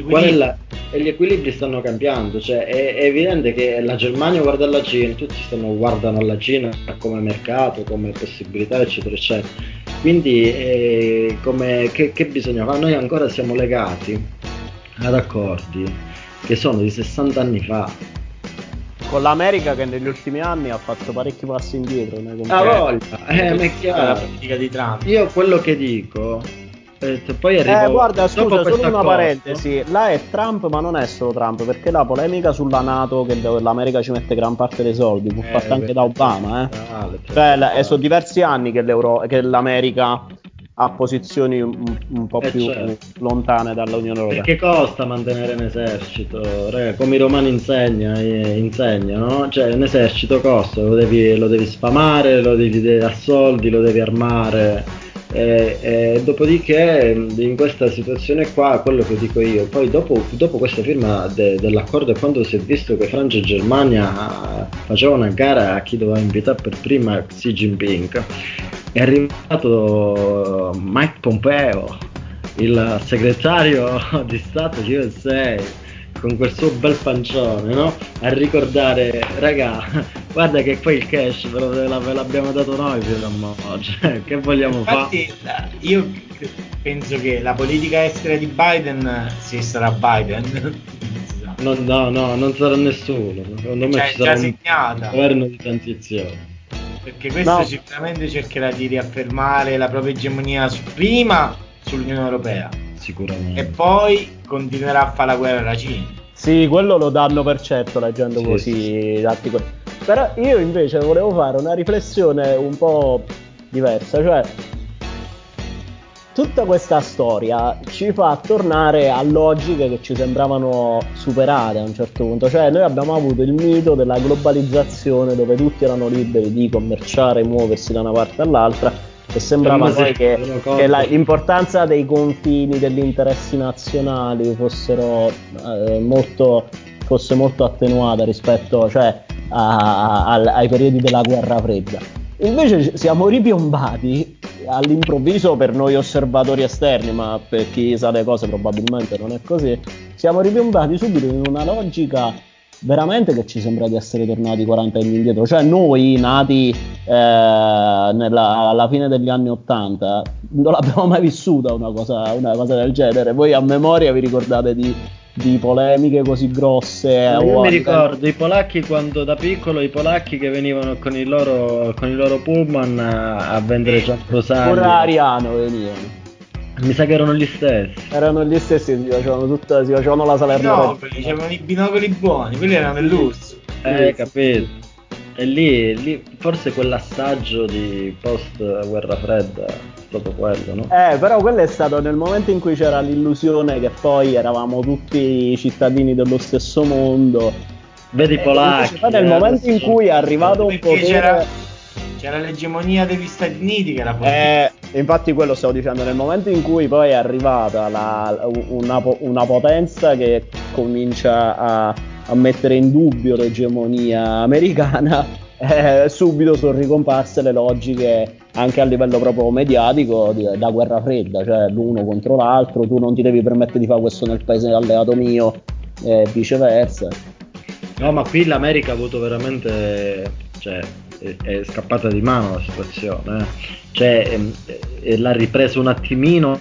E gli equilibri stanno cambiando, cioè è evidente che la Germania guarda alla Cina, tutti guardano alla Cina come mercato, come possibilità, eccetera, eccetera. Quindi che bisogna fare? Noi ancora siamo legati ad accordi che sono di 60 anni fa. Con l'America che negli ultimi anni ha fatto parecchi passi indietro. Ma è chiaro. La politica di Trump. Io quello che dico, poi arrivo guarda, scusa, solo una accordo. parentesi. Là è Trump, ma non è solo Trump, perché la polemica sulla NATO, che l'America ci mette gran parte dei soldi, fu fatta anche da Obama. Cioè, sono diversi anni che l'America ha posizioni un po' più lontane dall'Unione Europea. Perché costa mantenere un esercito, come i romani insegnano, cioè un esercito costa, lo devi spamare, lo devi dare soldi, lo devi armare, dopodiché in questa situazione qua, quello che dico io, poi dopo questa firma dell'accordo, e quando si è visto che Francia e Germania facevano una gara a chi doveva invitare per prima Xi Jinping, è arrivato Mike Pompeo, il segretario di Stato USA, con quel suo bel pancione, no? A ricordare, raga, guarda che poi il cash ve l'abbiamo dato noi, cioè, che vogliamo fare? Infatti, io penso che la politica estera di Biden, se sarà Biden, no, non sarà nessuno. Secondo me ci sarà un governo di transizione. Perché questo sicuramente cercherà di riaffermare la propria egemonia prima sull'Unione Europea. Sicuramente. E poi continuerà a fare la guerra alla Cina. Sì, quello lo danno per certo leggendo così. Però io invece volevo fare una riflessione un po' diversa, cioè tutta questa storia ci fa tornare a logiche che ci sembravano superate a un certo punto. Cioè noi abbiamo avuto il mito della globalizzazione, dove tutti erano liberi di commerciare, muoversi da una parte all'altra, e sembrava poi che l'importanza dei confini, degli interessi nazionali fosse molto attenuata rispetto, cioè, ai periodi della guerra fredda. Invece siamo ripiombati all'improvviso, per noi osservatori esterni, ma per chi sa le cose probabilmente non è così, siamo ripiombati subito in una logica veramente che ci sembra di essere tornati 40 anni indietro. Cioè noi nati alla fine degli anni 80 non l'abbiamo mai vissuta una cosa del genere. Voi a memoria vi ricordate di polemiche così grosse? Io mi ricordo i polacchi, quando da piccolo, i polacchi che venivano con i loro pullman a vendere cianfrusaglie. Pure Ariano venivano. Mi sa che erano gli stessi. Erano gli stessi, si facevano la Salerno. Dicevano i binocoli buoni, quelli erano dell'URSS. Capito. E lì forse quell'assaggio di post guerra fredda è stato quello, no? Però quello è stato nel momento in cui c'era l'illusione che poi eravamo tutti cittadini dello stesso mondo. Vedi i polacchi. Poi nel momento in cui è arrivato un potere... C'era l'egemonia degli Stati Uniti che era infatti quello stavo dicendo, nel momento in cui poi è arrivata una potenza che comincia a mettere in dubbio l'egemonia americana, subito sono ricomparse le logiche anche a livello proprio mediatico da guerra fredda, cioè l'uno contro l'altro, tu non ti devi permettere di fare questo nel paese alleato mio, e viceversa. No, ma qui l'America ha avuto veramente, cioè, è scappata di mano la situazione, cioè l'ha ripresa un attimino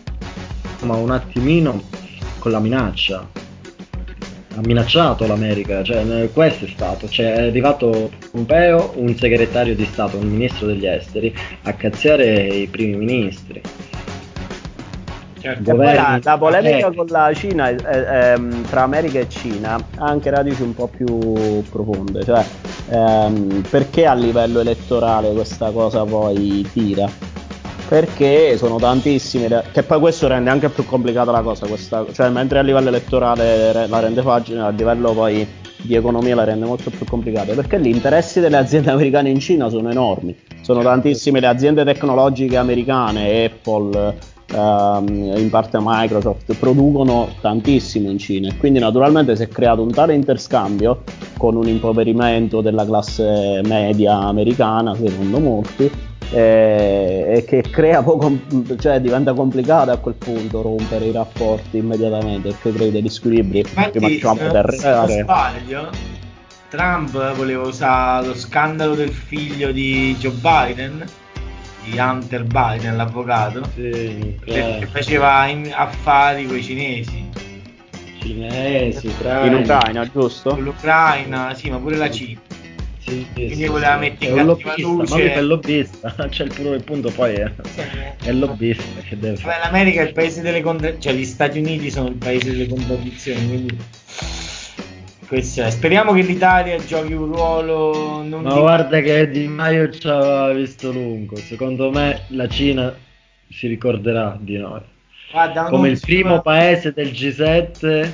con la minaccia. Ha minacciato l'America, cioè questo è stato, cioè è arrivato Pompeo, un segretario di Stato, un ministro degli esteri, a cazziare i primi ministri. Certo. Poi la polemica con la Cina, tra America e Cina, ha anche radici un po' più profonde, cioè perché a livello elettorale questa cosa poi tira? Perché sono tantissime, che poi questo rende anche più complicata la cosa, cioè mentre a livello elettorale la rende facile, a livello poi di economia la rende molto più complicata, perché gli interessi delle aziende americane in Cina sono enormi, sono tantissime le aziende tecnologiche americane, Apple, in parte Microsoft, producono tantissimo in Cina, e quindi naturalmente si è creato un tale interscambio con un impoverimento della classe media americana, secondo molti, e che crea cioè diventa complicato a quel punto rompere i rapporti immediatamente, perché crei degli squilibri. Infatti, se non sbaglio, Trump voleva usare lo scandalo del figlio di Joe Biden, di Hunter Biden, l'avvocato, che faceva affari con i cinesi, Ucraina. In Ucraina, giusto? Con l'Ucraina, sì, ma pure la Cina. Quindi voleva mettere in cattiva luce. Ma lui è lobbista, cioè il punto poi è lobbista che deve fare. L'America è il paese delle contraddizioni, cioè gli Stati Uniti sono il paese delle contraddizioni, quindi speriamo che l'Italia giochi un ruolo guarda che Di Maio ci aveva visto lungo, secondo me la Cina si ricorderà di noi. Guarda, come il primo paese del G7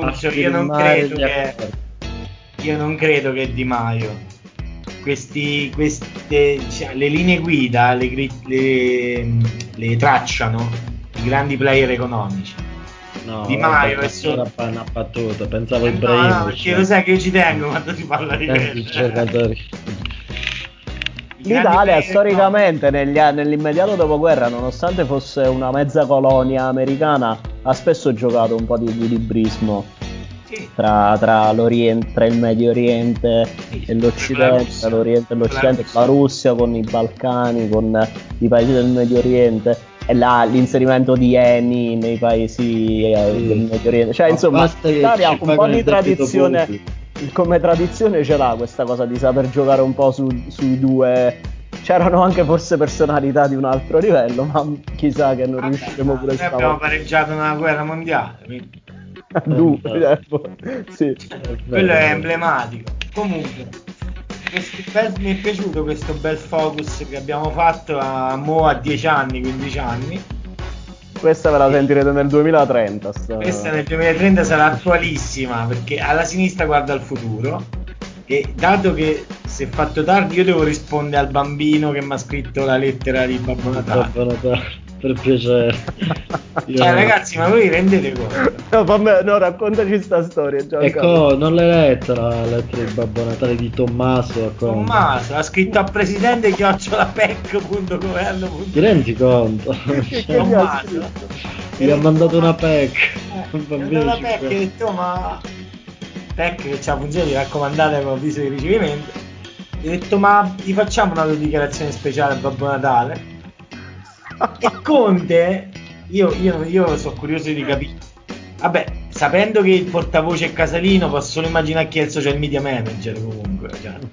io non credo che Di Maio le linee guida le tracciano i grandi player economici. Di Maio è solo una battuta, pensavo Ibrahimovic. No, perché lo sai che io ci tengo quando si parla di giocatori. L'Italia storicamente nell'immediato dopoguerra, nonostante fosse una mezza colonia americana, ha spesso giocato un po' di equilibrismo tra il Medio Oriente e l'Occidente, tra l'Oriente e l'Occidente, la Russia con i Balcani, con i paesi del Medio Oriente, e l'inserimento di Eni nei paesi del Medio Oriente. Cioè, insomma, l'Italia ha un po' di tradizione. Come tradizione ce l'ha questa cosa di saper giocare un po' sui due. C'erano anche forse personalità di un altro livello, ma chissà che non riusciremo pure stavolta. Abbiamo pareggiato una guerra mondiale, quindi. Sì. Quello è emblematico. Comunque, mi è piaciuto questo bel focus che abbiamo fatto a 10 anni, 15 anni. Questa ve la sentirete nel 2030. Questa nel 2030 sarà attualissima, perché alla sinistra guarda al futuro, e dato che si è fatto tardi io devo rispondere al bambino che mi ha scritto la lettera di Babbo Natale. Per piacere. Ragazzi, ma voi rendete conto? No, raccontaci sta storia. Ecco, non l'hai letta la lettera di Babbo Natale di Tommaso? Tommaso ha scritto a presidente@pec.governo. Ti rendi conto? Tommaso gli ha mandato una PEC. Una PEC, ha detto, ma PEC che c'ha funzione di raccomandare con avviso di ricevimento. Gli ho detto, ma gli facciamo una dichiarazione speciale a Babbo Natale? E Conte, io sono curioso di capire. Vabbè, sapendo che il portavoce è Casalino, posso solo immaginare chi è il social media manager comunque.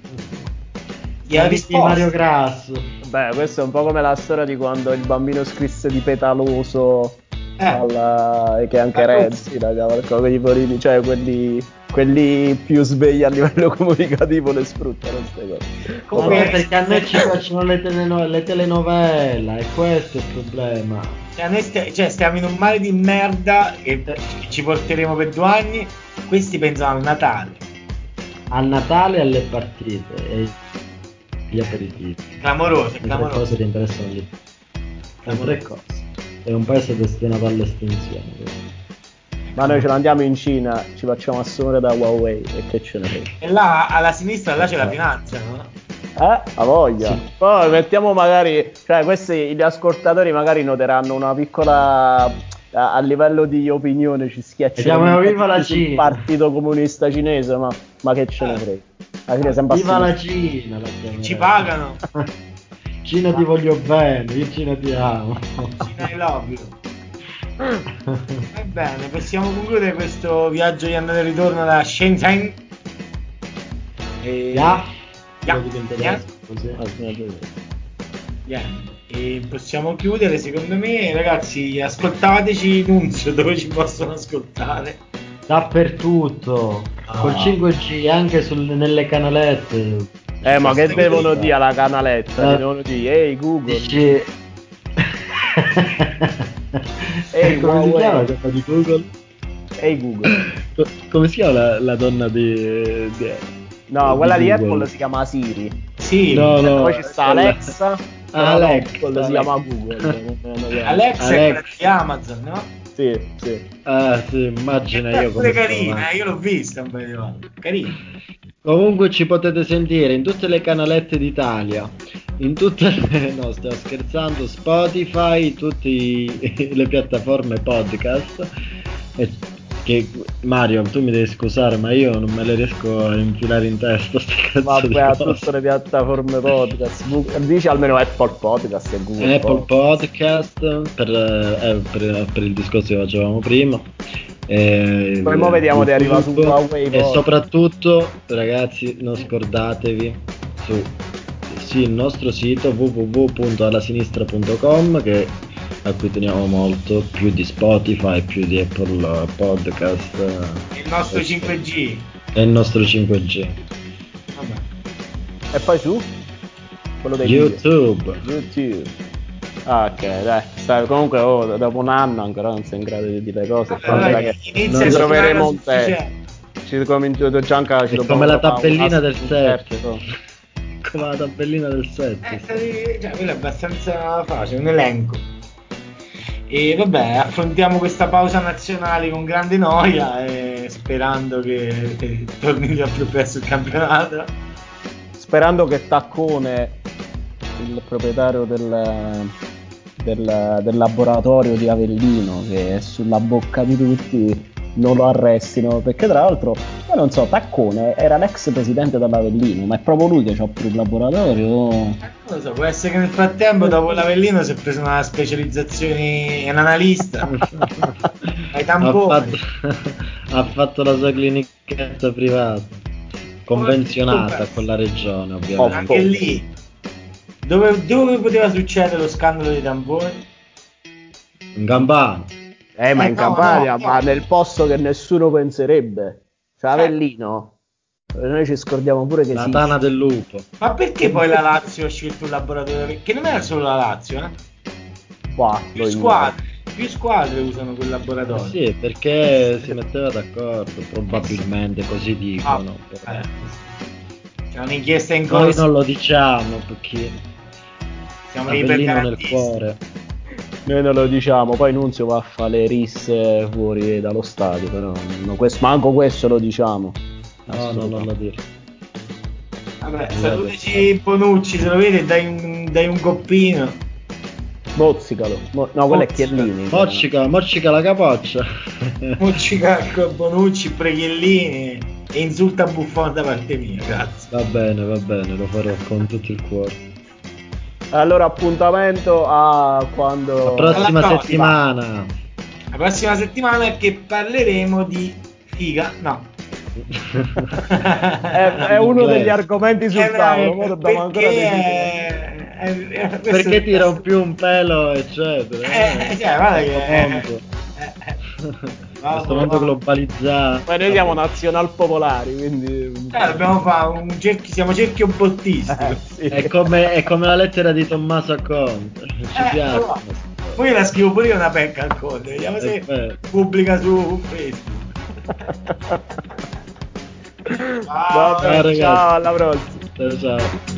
Gli ha risposto Mario Grasso. Beh, questo è un po' come la storia di quando il bambino scrisse di Petaloso che anche Renzi, con i politici, cioè quelli più svegli a livello comunicativo le sfruttano queste cose. Perché a noi ci piacciono le telenovela, e questo è il problema. Noi stiamo in un mare di merda che ci porteremo per 2 anni. Questi pensano al Natale e alle partite e gli aperitivi. Clamoroso. Le cose che interessano lì. Le 3 cose. È un paese destinato all'estinzione. Ma noi ce l'andiamo in Cina, ci facciamo assumere da Huawei, e che ce ne frega. E là alla sinistra là c'è la finanza, no? A voglia. Sì. Poi mettiamo magari, cioè questi gli ascoltatori magari noteranno una piccola, a livello di opinione ci schiacciamo sul Partito Comunista Cinese, ma che ce ne frega. Alla fine viva la Cina, ci pagano. Cina ti voglio bene, io Cina ti amo. Cina I love you. Va bene, possiamo concludere questo viaggio di andata e ritorno da Shenzhen. E possiamo chiudere, secondo me, ragazzi. Ascoltateci Nunzio, dove ci possono ascoltare? Dappertutto, col 5G, anche nelle canalette. Ma che devono dire alla canaletta? Devono dire, ehi Google. Come si chiama questa di Google? Ehi Google. Come si chiama la donna di No, quella di Google? Apple si chiama Siri. Sì. No, Poi ci sta Alexa. Alexa, si chiama Google. Alexa è quella di Amazon, no? Sì. Ah sì, immagina io pure come carina, io l'ho vista un paio di volte. Carina. Comunque ci potete sentire in tutte le canalette d'Italia, in tutte le... no, stiamo scherzando, Spotify, tutte le piattaforme podcast. Che Mario, tu mi devi scusare, ma io non me le riesco a infilare in testa ste cazzo di a cose. tutte le piattaforme podcast. Dici almeno Apple Podcast e Google Apple Podcast per il discorso che facevamo prima. Poi mo vediamo di arrivare su Huawei e soprattutto ragazzi non scordatevi il nostro sito www.allasinistra.com a cui teniamo molto, più di Spotify, più di Apple Podcast, il nostro 5G e il nostro 5G. Vabbè. E poi su quello dei YouTube. Ah, ok, dai. Comunque dopo un anno ancora non sei in grado di dire cose. Inizia ci troveremo un te. Ci comincio già anche è come la tabellina del 7. Come la tabellina del 7. Cioè, quello è abbastanza facile, un elenco. E vabbè, affrontiamo questa pausa nazionale con grande noia e sperando che torni già più presto il campionato. Sperando che Taccone, il proprietario del laboratorio di Avellino, che è sulla bocca di tutti, non lo arrestino, perché tra l'altro io non so, Taccone era l'ex presidente dell'Avellino, ma è proprio lui che ha più il laboratorio? Non lo so, può essere che nel frattempo dopo l'Avellino si è preso una specializzazione in analista ai tamponi. Ha fatto la sua clinichetta privata convenzionata con la regione, ovviamente. Anche lì dove poteva succedere lo scandalo dei tamponi? In Campania. Ma in Campania, ma nel posto che nessuno penserebbe. Cioè Avellino, noi ci scordiamo pure che la tana del lupo. Ma perché poi la Lazio ha scelto un laboratorio? Perché non era solo la Lazio, più squadre usano quel laboratorio. Sì, perché si metteva d'accordo, probabilmente, così dicono. C'è un'inchiesta in corso. Noi non lo diciamo perché siamo Avellino nel cuore. Noi non lo diciamo, poi Nunzio va a fare le risse fuori dallo stadio, però manco questo lo diciamo. No, non lo dire. Vabbè, salutaci Bonucci, se lo vede dai un coppino. Mozzicalo. No, quello è Chiellini. Moccica la capoccia. Moccica Bonucci, Chiellini e insulta Buffon da parte mia, grazie. Va bene, lo farò con tutto il cuore. Allora appuntamento a quando... La prossima settimana. La prossima settimana che parleremo di figa, no. è uno degli argomenti sul tavolo, dobbiamo ancora decidere. Perché tira più un pelo, eccetera. Guarda che questo mondo globalizzato. Poi noi siamo nazional popolari, quindi dobbiamo fare siamo cerchio bottisti. Sì. È come la lettera di Tommaso a Conte. Ci piace. Poi la scrivo pure io una pecca al Conte, vediamo se pubblica su Facebook. Ciao, alla prossima. Ciao.